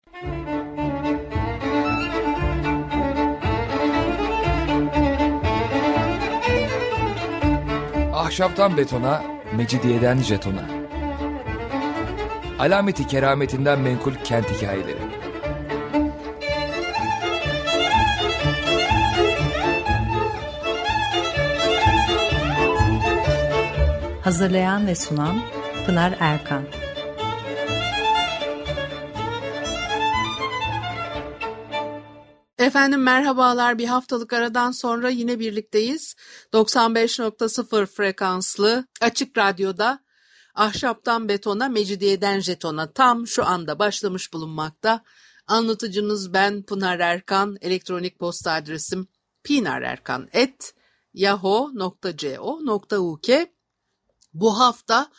Ahşaptan betona, mecidiyeden jetona. Alameti kerametinden menkul kent hikayeleri. Hazırlayan ve sunan Pınar Erkan. Efendim merhabalar, bir haftalık aradan sonra yine birlikteyiz. 95.0 frekanslı Açık Radyo'da Ahşaptan Betona, Mecidiyeden Jeton'a tam şu anda başlamış bulunmakta. Anlatıcınız ben Pınar Erkan, elektronik posta adresim pinarerkan@yahoo.co.uk. Bu hafta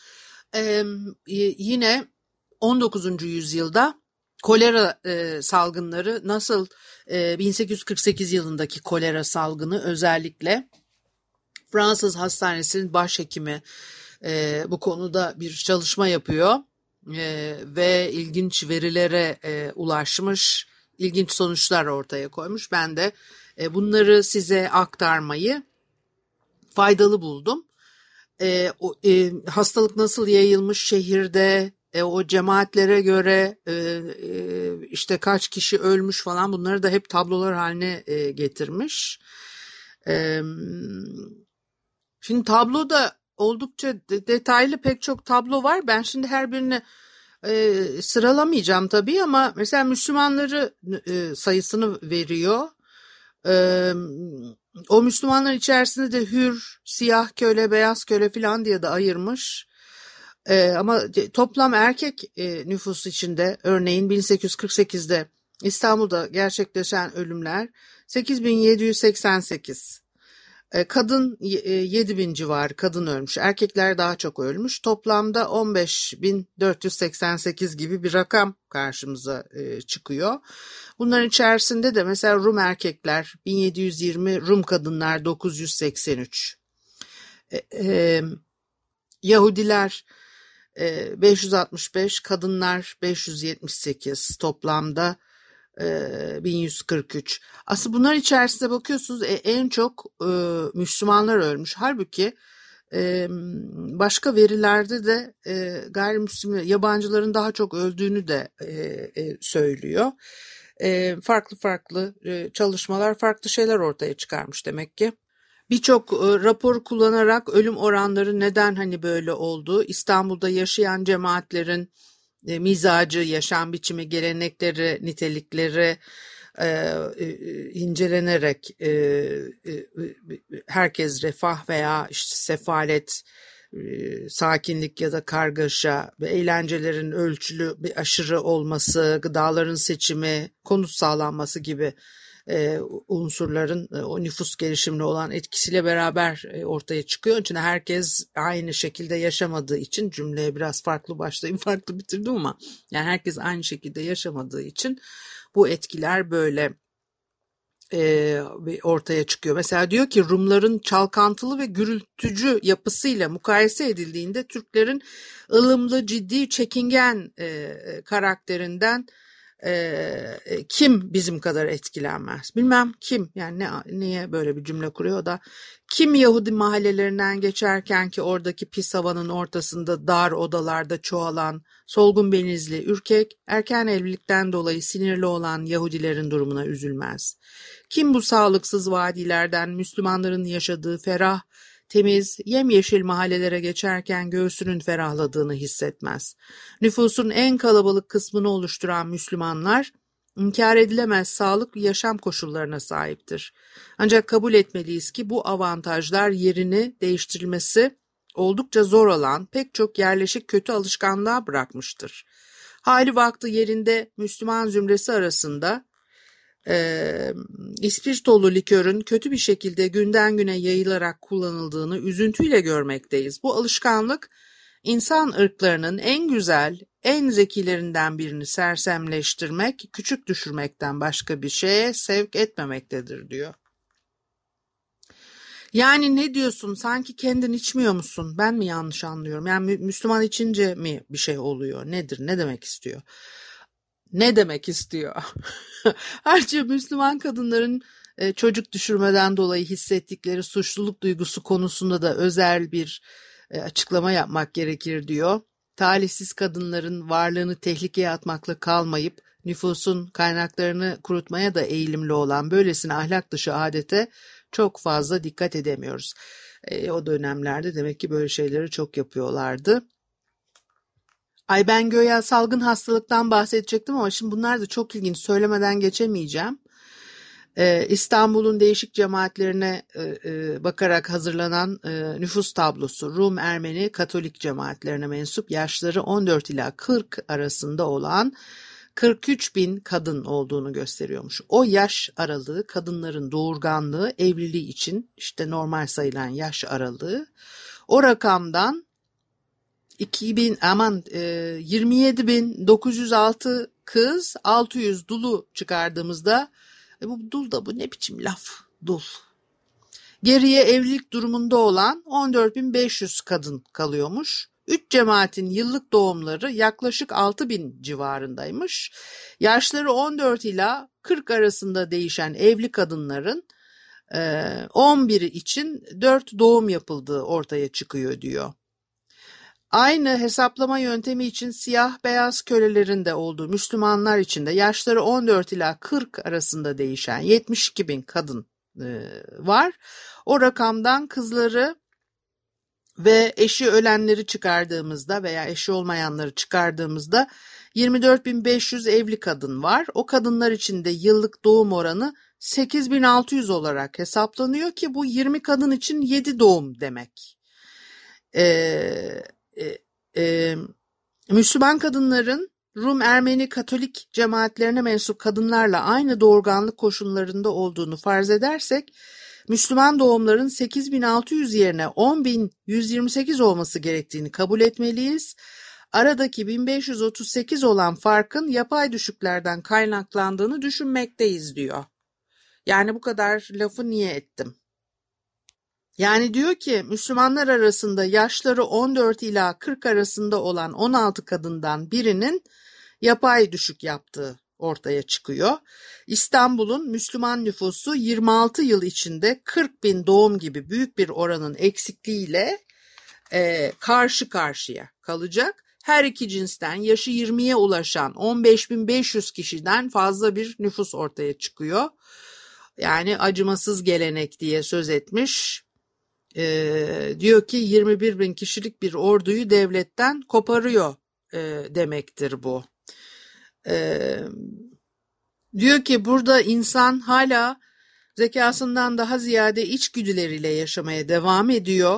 yine 19. yüzyılda kolera salgınları nasıl 1848 yılındaki kolera salgını özellikle Fransız hastanesinin başhekimi bu konuda bir çalışma yapıyor ve ilginç verilere ulaşmış, ilginç sonuçlar ortaya koymuş. Ben de bunları size aktarmayı faydalı buldum. Hastalık nasıl yayılmış şehirde, o cemaatlere göre işte kaç kişi ölmüş falan, bunları da hep tablolar haline getirmiş. Şimdi tabloda oldukça detaylı pek çok tablo var. Ben şimdi her birini sıralamayacağım tabii, ama mesela Müslümanları sayısını veriyor. O Müslümanlar içerisinde de hür, siyah köle, beyaz köle falan diye de ayırmış. Ama toplam erkek nüfus içinde örneğin 1848'de İstanbul'da gerçekleşen ölümler 8788. Kadın 7000 civarı kadın ölmüş. Erkekler daha çok ölmüş. Toplamda 15488 gibi bir rakam karşımıza çıkıyor. Bunların içerisinde de mesela Rum erkekler 1720, Rum kadınlar 983. Yahudiler 565, kadınlar 578, toplamda 1143. Aslında bunlar içerisinde bakıyorsunuz en çok Müslümanlar ölmüş. Halbuki başka verilerde de gayrimüslim yabancıların daha çok öldüğünü de söylüyor. Farklı çalışmalar farklı şeyler ortaya çıkarmış demek ki. Birçok rapor kullanarak ölüm oranları neden hani böyle oldu, İstanbul'da yaşayan cemaatlerin mizacı, yaşam biçimi, gelenekleri, nitelikleri incelenerek herkes refah veya işte sefalet, sakinlik ya da kargaşa ve eğlencelerin ölçülü bir aşırı olması, gıdaların seçimi, konut sağlanması gibi unsurların o nüfus gelişimine olan etkisiyle beraber ortaya çıkıyor. Onun için herkes aynı şekilde yaşamadığı için, cümleye biraz farklı başlayayım farklı bitirdim ama yani herkes aynı şekilde yaşamadığı için bu etkiler böyle ortaya çıkıyor. Mesela diyor ki Rumların çalkantılı ve gürültücü yapısıyla mukayese edildiğinde Türklerin ılımlı, ciddi, çekingen karakterinden kim bizim kadar etkilenmez? Bilmem kim, yani niye böyle bir cümle kuruyor o da. Kim Yahudi mahallelerinden geçerken ki oradaki pis havanın ortasında dar odalarda çoğalan, solgun benizli, ürkek, erken evlilikten dolayı sinirli olan Yahudilerin durumuna üzülmez? Kim bu sağlıksız vadilerden Müslümanların yaşadığı ferah, temiz, yemyeşil mahallelere geçerken göğsünün ferahladığını hissetmez? Nüfusun en kalabalık kısmını oluşturan Müslümanlar, inkar edilemez sağlık ve yaşam koşullarına sahiptir. Ancak kabul etmeliyiz ki bu avantajlar yerini değiştirilmesi oldukça zor olan pek çok yerleşik kötü alışkanlığa bırakmıştır. Hali vakti yerinde Müslüman zümresi arasında ispirtolu likörün kötü bir şekilde günden güne yayılarak kullanıldığını üzüntüyle görmekteyiz. Bu alışkanlık insan ırklarının en güzel, en zekilerinden birini sersemleştirmek, küçük düşürmekten başka bir şeye sevk etmemektedir diyor. Yani ne diyorsun? Sanki kendin içmiyor musun? Ben mi yanlış anlıyorum? Yani Müslüman içince mi bir şey oluyor? Nedir? Ne demek istiyor? ne demek istiyor? Ayrıca Müslüman kadınların çocuk düşürmeden dolayı hissettikleri suçluluk duygusu konusunda da özel bir açıklama yapmak gerekir diyor. Talihsiz kadınların varlığını tehlikeye atmakla kalmayıp nüfusun kaynaklarını kurutmaya da eğilimli olan böylesine ahlak dışı adete çok fazla dikkat edemiyoruz. O dönemlerde demek ki böyle şeyleri çok yapıyorlardı. Ay ben göya salgın hastalıktan bahsedecektim ama şimdi bunlar da çok ilginç, söylemeden geçemeyeceğim. İstanbul'un değişik cemaatlerine bakarak hazırlanan nüfus tablosu Rum, Ermeni, Katolik cemaatlerine mensup yaşları 14 ila 40 arasında olan 43 bin kadın olduğunu gösteriyormuş. O yaş aralığı kadınların doğurganlığı, evliliği için işte normal sayılan yaş aralığı, o rakamdan 27.906 kız, 600 dulu çıkardığımızda bu dul da bu ne biçim laf, dul. Geriye evlilik durumunda olan 14.500 kadın kalıyormuş. 3 cemaatin yıllık doğumları yaklaşık 6.000 civarındaymış. Yaşları 14 ila 40 arasında değişen evli kadınların 11'i için 4 doğum yapıldığı ortaya çıkıyor diyor. Aynı hesaplama yöntemi için siyah beyaz kölelerin de olduğu Müslümanlar için de yaşları 14 ila 40 arasında değişen 72 bin kadın var. O rakamdan kızları ve eşi ölenleri çıkardığımızda veya eşi olmayanları çıkardığımızda 24.500 evli kadın var. O kadınlar için de yıllık doğum oranı 8.600 olarak hesaplanıyor ki bu 20 kadın için 7 doğum demek. Müslüman kadınların Rum, Ermeni, Katolik cemaatlerine mensup kadınlarla aynı doğurganlık koşullarında olduğunu farz edersek, Müslüman doğumların 8.600 yerine 10.128 olması gerektiğini kabul etmeliyiz. Aradaki 1538 olan farkın yapay düşüklerden kaynaklandığını düşünmekteyiz diyor. Yani bu kadar lafı niye ettim? Yani diyor ki Müslümanlar arasında yaşları 14 ila 40 arasında olan 16 kadından birinin yapay düşük yaptığı ortaya çıkıyor. İstanbul'un Müslüman nüfusu 26 yıl içinde 40 bin doğum gibi büyük bir oranın eksikliğiyle karşı karşıya kalacak. Her iki cinsten yaşı 20'ye ulaşan 15.500 kişiden fazla bir nüfus ortaya çıkıyor. Yani acımasız gelenek diye söz etmiş. Diyor ki 21 bin kişilik bir orduyu devletten koparıyor demektir bu. Diyor ki burada insan hala zekasından daha ziyade içgüdüleriyle yaşamaya devam ediyor.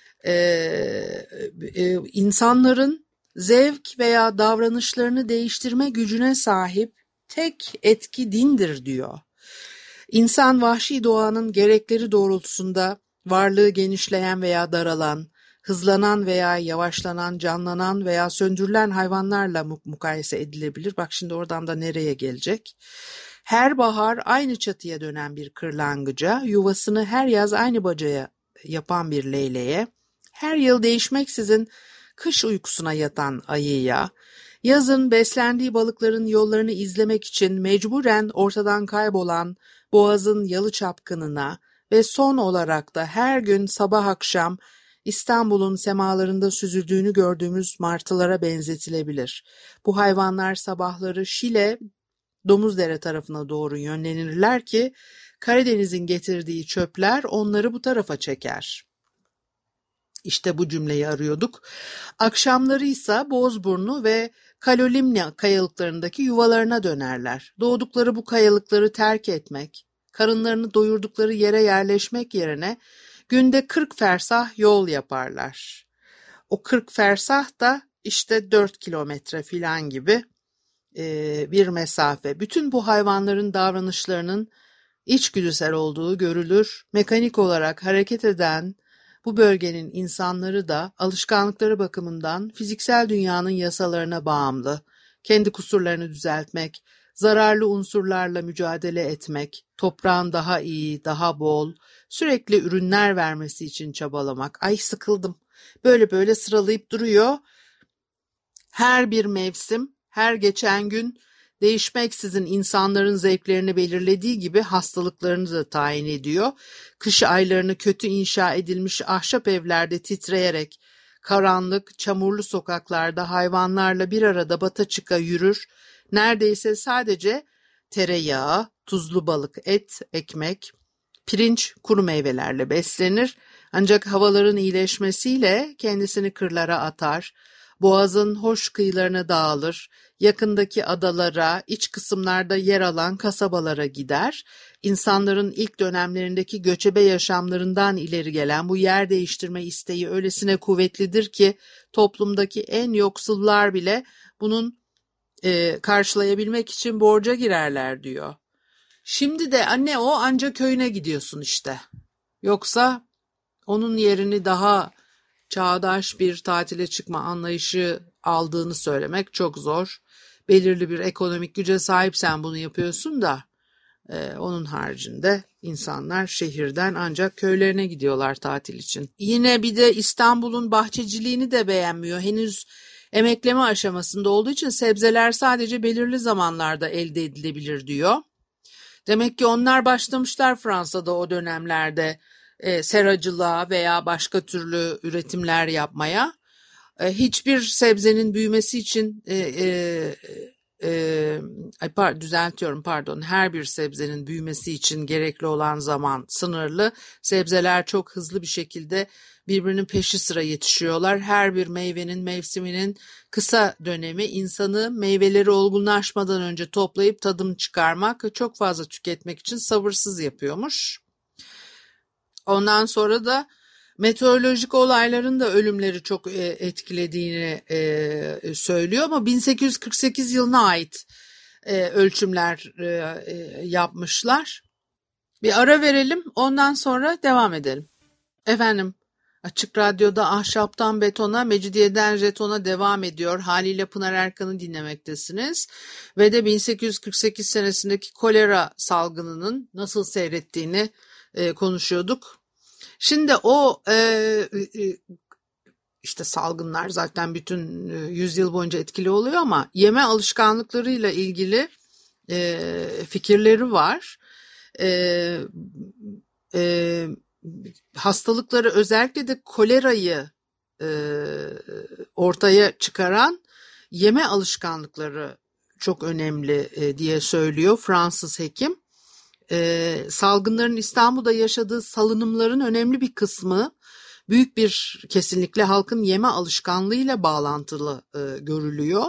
İnsanların zevk veya davranışlarını değiştirme gücüne sahip tek etki dindir diyor. İnsan vahşi doğanın gerekleri doğrultusunda varlığı genişleyen veya daralan, hızlanan veya yavaşlanan, canlanan veya söndürülen hayvanlarla mukayese edilebilir. Bak şimdi oradan da nereye gelecek? Her bahar aynı çatıya dönen bir kırlangıca, yuvasını her yaz aynı bacaya yapan bir leyleğe, her yıl değişmeksizin kış uykusuna yatan ayıya, yazın beslendiği balıkların yollarını izlemek için mecburen ortadan kaybolan boğazın yalı çapkınına ve son olarak da her gün sabah akşam İstanbul'un semalarında süzüldüğünü gördüğümüz martılara benzetilebilir. Bu hayvanlar sabahları Şile, Domuzdere tarafına doğru yönlenirler ki Karadeniz'in getirdiği çöpler onları bu tarafa çeker. İşte bu cümleyi arıyorduk. Akşamları ise Bozburnu ve Kalolimna kayalıklarındaki yuvalarına dönerler. Doğdukları bu kayalıkları terk etmek, karınlarını doyurdukları yere yerleşmek yerine günde 40 fersah yol yaparlar. O 40 fersah da işte 4 kilometre filan gibi bir mesafe. Bütün bu hayvanların davranışlarının içgüdüsel olduğu görülür. Mekanik olarak hareket eden bu bölgenin insanları da alışkanlıkları bakımından fiziksel dünyanın yasalarına bağımlı. Kendi kusurlarını düzeltmek, zararlı unsurlarla mücadele etmek, toprağın daha iyi, daha bol, sürekli ürünler vermesi için çabalamak. Ay sıkıldım. Böyle sıralayıp duruyor. Her bir mevsim, her geçen gün değişmeksizin insanların zevklerini belirlediği gibi hastalıklarını da tayin ediyor. Kış aylarını kötü inşa edilmiş ahşap evlerde titreyerek, karanlık, çamurlu sokaklarda hayvanlarla bir arada bata çıka yürür, neredeyse sadece tereyağı, tuzlu balık, et, ekmek, pirinç, kuru meyvelerle beslenir. Ancak havaların iyileşmesiyle kendisini kırlara atar, boğazın hoş kıyılarına dağılır, yakındaki adalara, iç kısımlarda yer alan kasabalara gider. İnsanların ilk dönemlerindeki göçebe yaşamlarından ileri gelen bu yer değiştirme isteği öylesine kuvvetlidir ki toplumdaki en yoksullar bile bunun karşılayabilmek için borca girerler diyor. Şimdi de anne o ancak köyüne gidiyorsun işte. Yoksa onun yerini daha çağdaş bir tatile çıkma anlayışı aldığını söylemek çok zor. Belirli bir ekonomik güce sahipsen bunu yapıyorsun da onun haricinde insanlar şehirden ancak köylerine gidiyorlar tatil için. Yine bir de İstanbul'un bahçeciliğini de beğenmiyor. Henüz emekleme aşamasında olduğu için sebzeler sadece belirli zamanlarda elde edilebilir diyor. Demek ki onlar başlamışlar Fransa'da o dönemlerde seracılığa veya başka türlü üretimler yapmaya. Hiçbir sebzenin büyümesi için her bir sebzenin büyümesi için gerekli olan zaman sınırlı. Sebzeler çok hızlı bir şekilde birbirinin peşi sıra yetişiyorlar. Her bir meyvenin mevsiminin kısa dönemi insanı meyveleri olgunlaşmadan önce toplayıp tadını çıkarmak, çok fazla tüketmek için sabırsız yapıyormuş. Ondan sonra da meteorolojik olayların da ölümleri çok etkilediğini söylüyor ama 1848 yılına ait ölçümler yapmışlar. Bir ara verelim, ondan sonra devam edelim. Efendim, Açık Radyo'da Ahşaptan Betona, Mecidiyeden Jeton'a devam ediyor. Haliyle Pınar Erkan'ı dinlemektesiniz. Ve de 1848 senesindeki kolera salgınının nasıl seyrettiğini konuşuyorduk. Şimdi o işte salgınlar zaten bütün yüzyıl boyunca etkili oluyor ama yeme alışkanlıklarıyla ilgili fikirleri var. Hastalıkları, özellikle de kolerayı ortaya çıkaran yeme alışkanlıkları çok önemli diye söylüyor Fransız hekim. Salgınların İstanbul'da yaşadığı salınımların önemli bir kısmı büyük bir kesinlikle halkın yeme alışkanlığıyla bağlantılı görülüyor.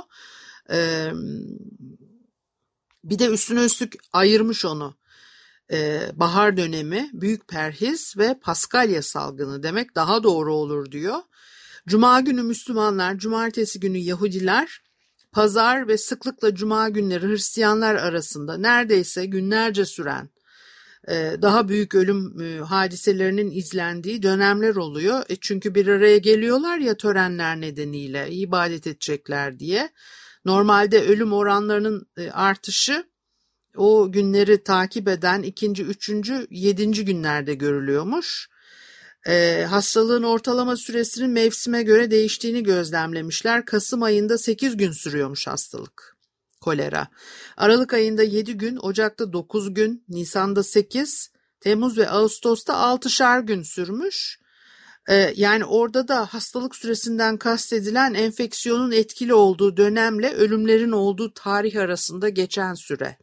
Bir de üstüne üstlük ayırmış onu. Bahar dönemi, büyük perhiz ve Paskalya salgını demek daha doğru olur diyor. Cuma günü Müslümanlar, cumartesi günü Yahudiler, pazar ve sıklıkla cuma günleri Hristiyanlar arasında neredeyse günlerce süren daha büyük ölüm hadiselerinin izlendiği dönemler oluyor. Çünkü bir araya geliyorlar ya törenler nedeniyle, ibadet edecekler diye. Normalde ölüm oranlarının artışı o günleri takip eden 2., 3., 7. günlerde görülüyormuş. Hastalığın ortalama süresinin mevsime göre değiştiğini gözlemlemişler. Kasım ayında 8 gün sürüyormuş hastalık, kolera. Aralık ayında 7 gün, Ocak'ta 9 gün, Nisan'da 8, Temmuz ve Ağustos'ta 6'şar gün sürmüş. Yani orada da hastalık süresinden kastedilen enfeksiyonun etkili olduğu dönemle ölümlerin olduğu tarih arasında geçen süre.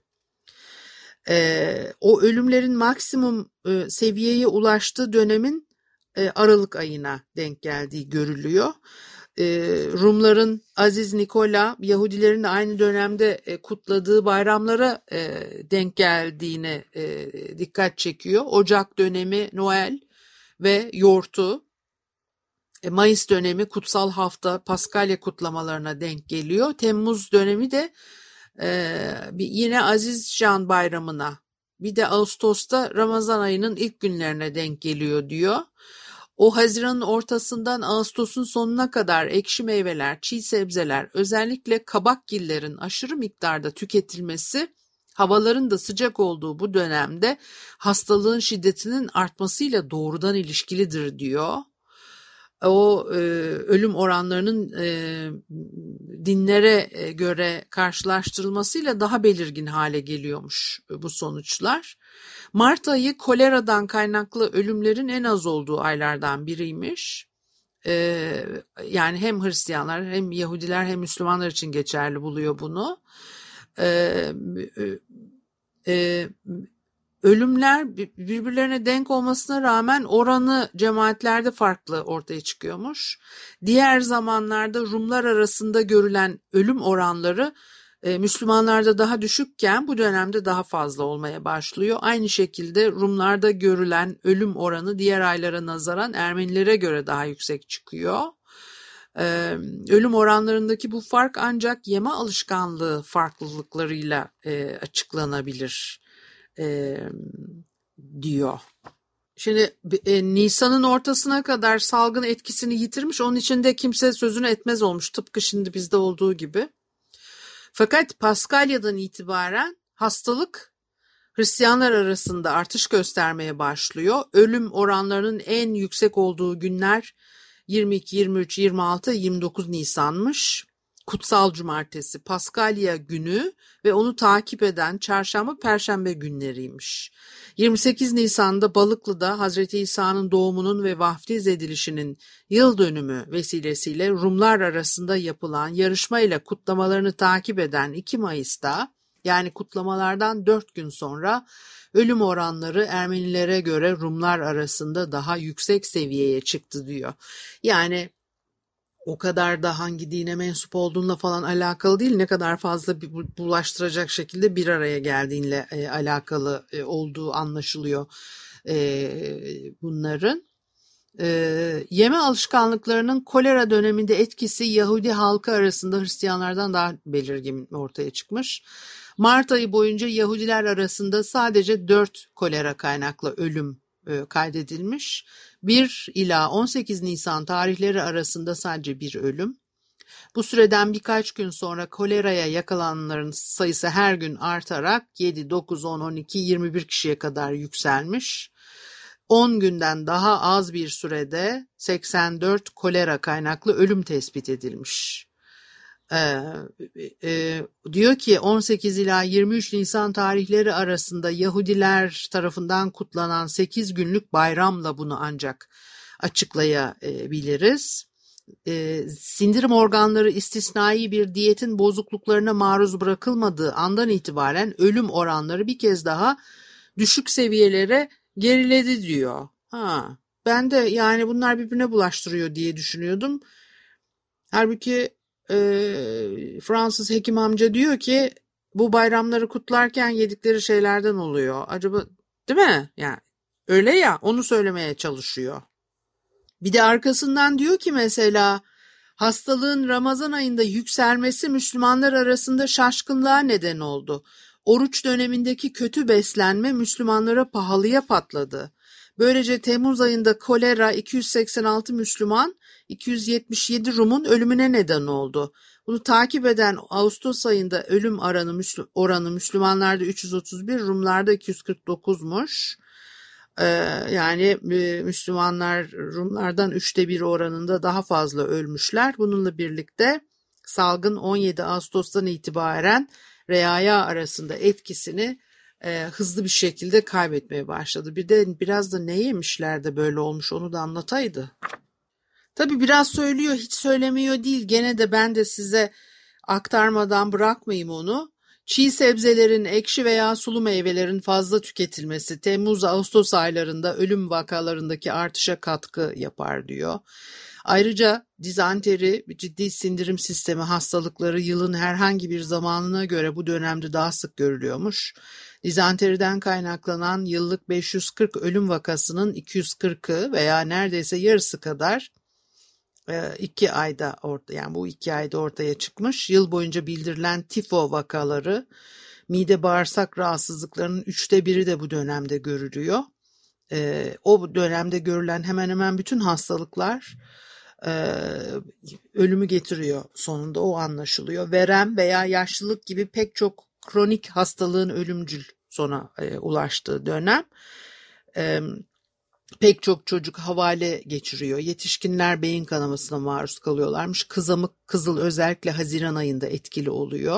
O ölümlerin maksimum seviyeye ulaştığı dönemin Aralık ayına denk geldiği görülüyor. Rumların Aziz Nikola, Yahudilerin de aynı dönemde kutladığı bayramlara denk geldiğine dikkat çekiyor. Ocak dönemi Noel ve Yortu, Mayıs dönemi Kutsal Hafta, Paskalya kutlamalarına denk geliyor. Temmuz dönemi de yine Aziz Can Bayramı'na, bir de Ağustos'ta Ramazan ayının ilk günlerine denk geliyor diyor. O Haziran'ın ortasından Ağustos'un sonuna kadar ekşi meyveler, çiğ sebzeler, özellikle kabakgillerin aşırı miktarda tüketilmesi, havaların da sıcak olduğu bu dönemde hastalığın şiddetinin artmasıyla doğrudan ilişkilidir diyor. o ölüm oranlarının dinlere göre karşılaştırılmasıyla daha belirgin hale geliyormuş bu sonuçlar. Mart ayı koleradan kaynaklı ölümlerin en az olduğu aylardan biriymiş. Yani hem Hristiyanlar hem Yahudiler hem Müslümanlar için geçerli buluyor bunu. Ölümler birbirlerine denk olmasına rağmen oranı cemaatlerde farklı ortaya çıkıyormuş. Diğer zamanlarda Rumlar arasında görülen ölüm oranları Müslümanlarda daha düşükken bu dönemde daha fazla olmaya başlıyor. Aynı şekilde Rumlarda görülen ölüm oranı diğer aylara nazaran Ermenilere göre daha yüksek çıkıyor. Ölüm oranlarındaki bu fark ancak yeme alışkanlığı farklılıklarıyla açıklanabilir diyor. Şimdi Nisan'ın ortasına kadar salgın etkisini yitirmiş, onun için de kimse sözünü etmez olmuş, tıpkı şimdi bizde olduğu gibi. Fakat Paskalya'dan itibaren hastalık Hristiyanlar arasında artış göstermeye başlıyor. Ölüm oranlarının en yüksek olduğu günler 22, 23, 26, 29 Nisan'mış. Kutsal Cumartesi, Paskalya günü ve onu takip eden Çarşamba, Perşembe günleriymiş. 28 Nisan'da Balıklı'da Hazreti İsa'nın doğumunun ve vaftiz edilişinin yıl dönümü vesilesiyle Rumlar arasında yapılan yarışmayla kutlamalarını takip eden 2 Mayıs'ta, yani kutlamalardan 4 gün sonra ölüm oranları Ermenilere göre Rumlar arasında daha yüksek seviyeye çıktı diyor. Yani o kadar da hangi dine mensup olduğunla falan alakalı değil, ne kadar fazla bulaştıracak şekilde bir araya geldiğinle alakalı olduğu anlaşılıyor bunların. Yeme alışkanlıklarının kolera döneminde etkisi Yahudi halkı arasında Hristiyanlardan daha belirgin ortaya çıkmış. Mart ayı boyunca Yahudiler arasında sadece 4 kolera kaynaklı ölüm kaydedilmiş. 1 ila 18 Nisan tarihleri arasında sadece bir ölüm. Bu süreden birkaç gün sonra koleraya yakalananların sayısı her gün artarak 7, 9, 10, 12, 21 kişiye kadar yükselmiş. 10 günden daha az bir sürede 84 kolera kaynaklı ölüm tespit edilmiş. Diyor ki 18 ila 23 Nisan tarihleri arasında Yahudiler tarafından kutlanan 8 günlük bayramla bunu ancak açıklayabiliriz. Sindirim organları istisnai bir diyetin bozukluklarına maruz bırakılmadığı andan itibaren ölüm oranları bir kez daha düşük seviyelere geriledi diyor. Ben de yani bunlar birbirine bulaştırıyor diye düşünüyordum. Halbuki Fransız hekim amca diyor ki bu bayramları kutlarken yedikleri şeylerden oluyor. Acaba değil mi? Yani öyle ya, onu söylemeye çalışıyor. Bir de arkasından diyor ki mesela hastalığın Ramazan ayında yükselmesi Müslümanlar arasında şaşkınlığa neden oldu. Oruç dönemindeki kötü beslenme Müslümanlara pahalıya patladı. Böylece Temmuz ayında kolera 286 Müslüman, 277 Rum'un ölümüne neden oldu. Bunu takip eden Ağustos ayında ölüm oranı Müslümanlarda 331, Rumlarda 249'muş. Yani Müslümanlar Rumlardan 1/3 oranında daha fazla ölmüşler. Bununla birlikte salgın 17 Ağustos'tan itibaren reaya arasında etkisini hızlı bir şekilde kaybetmeye başladı. Bir de biraz da ne yemişler de böyle olmuş, onu da anlataydı. Tabii biraz söylüyor, hiç söylemiyor değil. Gene de ben de size aktarmadan bırakmayayım onu. Çiğ sebzelerin, ekşi veya sulu meyvelerin fazla tüketilmesi Temmuz-Ağustos aylarında ölüm vakalarındaki artışa katkı yapar diyor. Ayrıca dizanteri, ciddi sindirim sistemi hastalıkları yılın herhangi bir zamanına göre bu dönemde daha sık görülüyormuş. Dizanteriden kaynaklanan yıllık 540 ölüm vakasının 240'ı veya neredeyse yarısı kadar 2 ayda yani bu 2 ayda ortaya çıkmış. Yıl boyunca bildirilen tifo vakaları, mide bağırsak rahatsızlıklarının 1/3 de bu dönemde görülüyor. O dönemde görülen hemen hemen bütün hastalıklar ölümü getiriyor sonunda, o anlaşılıyor. Verem veya yaşlılık gibi pek çok kronik hastalığın ölümcül sona ulaştığı dönem. Pek çok çocuk havale geçiriyor. Yetişkinler beyin kanamasına maruz kalıyorlarmış. Kızamık kızıl özellikle Haziran ayında etkili oluyor.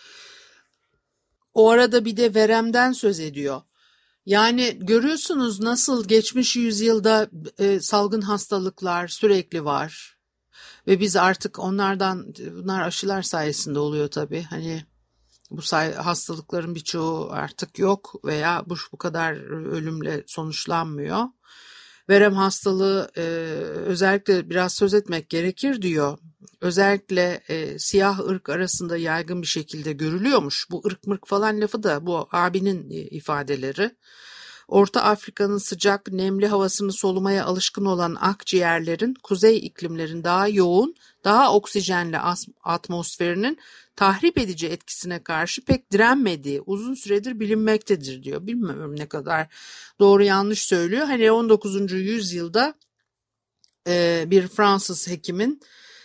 O arada bir de veremden söz ediyor. Yani görüyorsunuz nasıl geçmiş yüzyılda salgın hastalıklar sürekli var. Ve biz artık bunlar aşılar sayesinde oluyor tabii. Hani bu hastalıkların birçoğu artık yok veya bu kadar ölümle sonuçlanmıyor. Verem hastalığı özellikle biraz söz etmek gerekir diyor. Özellikle siyah ırk arasında yaygın bir şekilde görülüyormuş. Bu ırk mırk falan lafı da bu abinin ifadeleri. Orta Afrika'nın sıcak, nemli havasını solumaya alışkın olan akciğerlerin kuzey iklimlerin daha yoğun, daha oksijenli atmosferinin tahrip edici etkisine karşı pek direnmediği uzun süredir bilinmektedir diyor. Bilmiyorum ne kadar doğru yanlış söylüyor. Hani 19. yüzyılda bir Fransız hekimin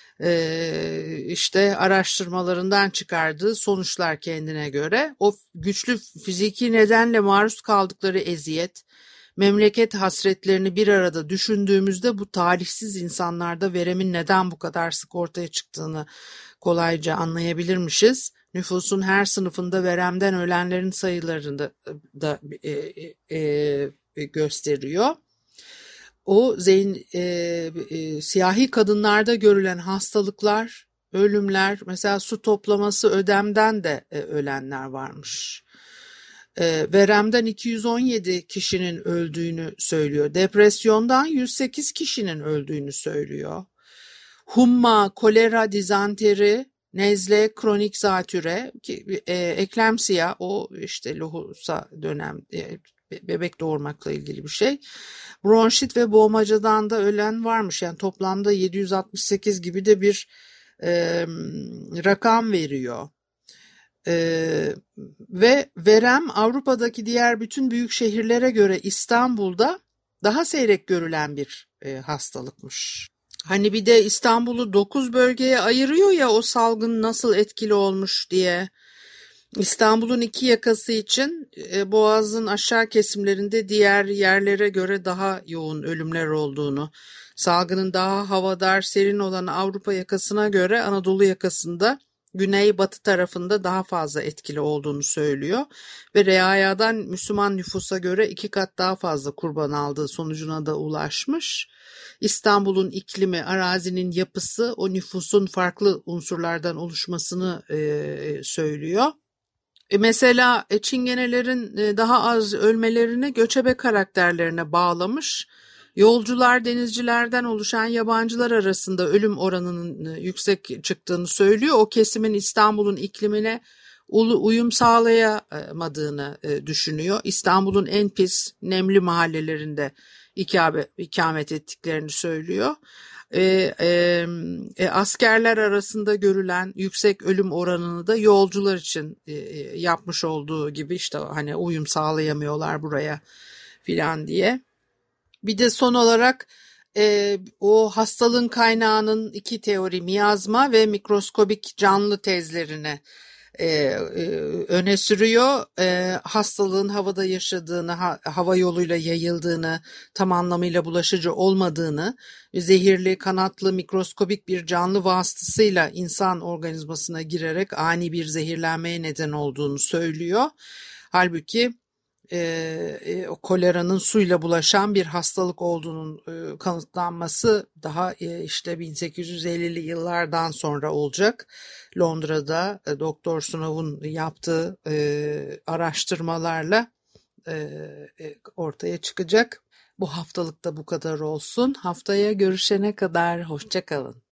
işte araştırmalarından çıkardığı sonuçlar kendine göre o güçlü fiziki nedenle maruz kaldıkları eziyet, memleket hasretlerini bir arada düşündüğümüzde bu talihsiz insanlarda veremin neden bu kadar sık ortaya çıktığını kolayca anlayabilirmişiz. Nüfusun her sınıfında veremden ölenlerin sayılarını da gösteriyor. O siyahi kadınlarda görülen hastalıklar, ölümler, mesela su toplaması ödemden de ölenler varmış. Veremden 217 kişinin öldüğünü söylüyor. Depresyondan 108 kişinin öldüğünü söylüyor. Humma, kolera, dizanteri, nezle, kronik zatüre, eklemsiya, o işte lohusa dönem, bebek doğurmakla ilgili bir şey. Bronşit ve boğmacadan da ölen varmış. Yani toplamda 768 gibi de bir rakam veriyor. Ve verem Avrupa'daki diğer bütün büyük şehirlere göre İstanbul'da daha seyrek görülen bir hastalıkmış. Hani bir de İstanbul'u 9 bölgeye ayırıyor ya, o salgın nasıl etkili olmuş diye. İstanbul'un iki yakası için Boğaz'ın aşağı kesimlerinde diğer yerlere göre daha yoğun ölümler olduğunu, salgının daha havadar, serin olan Avrupa yakasına göre Anadolu yakasında güney-batı tarafında daha fazla etkili olduğunu söylüyor ve reayadan Müslüman nüfusa göre 2 kat daha fazla kurban aldığı sonucuna da ulaşmış. İstanbul'un iklimi, arazinin yapısı o nüfusun farklı unsurlardan oluşmasını söylüyor. Mesela Çingenelerin daha az ölmelerini göçebe karakterlerine bağlamış. Yolcular, denizcilerden oluşan yabancılar arasında ölüm oranının yüksek çıktığını söylüyor. O kesimin İstanbul'un iklimine uyum sağlayamadığını düşünüyor. İstanbul'un en pis, nemli mahallelerinde ikamet ettiklerini söylüyor. Askerler arasında görülen yüksek ölüm oranını da yolcular için yapmış olduğu gibi işte hani uyum sağlayamıyorlar buraya filan diye. Bir de son olarak o hastalığın kaynağının iki teori, miyazma ve mikroskobik canlı tezlerini öne sürüyor. Hastalığın havada yaşadığını, hava yoluyla yayıldığını, tam anlamıyla bulaşıcı olmadığını, zehirli, kanatlı, mikroskobik bir canlı vasıtasıyla insan organizmasına girerek ani bir zehirlenmeye neden olduğunu söylüyor. Halbuki koleranın suyla bulaşan bir hastalık olduğunun kanıtlanması daha işte 1850'li yıllardan sonra olacak. Londra'da Doktor Snow'un yaptığı araştırmalarla ortaya çıkacak. Bu haftalık da bu kadar olsun. Haftaya görüşene kadar hoşça kalın.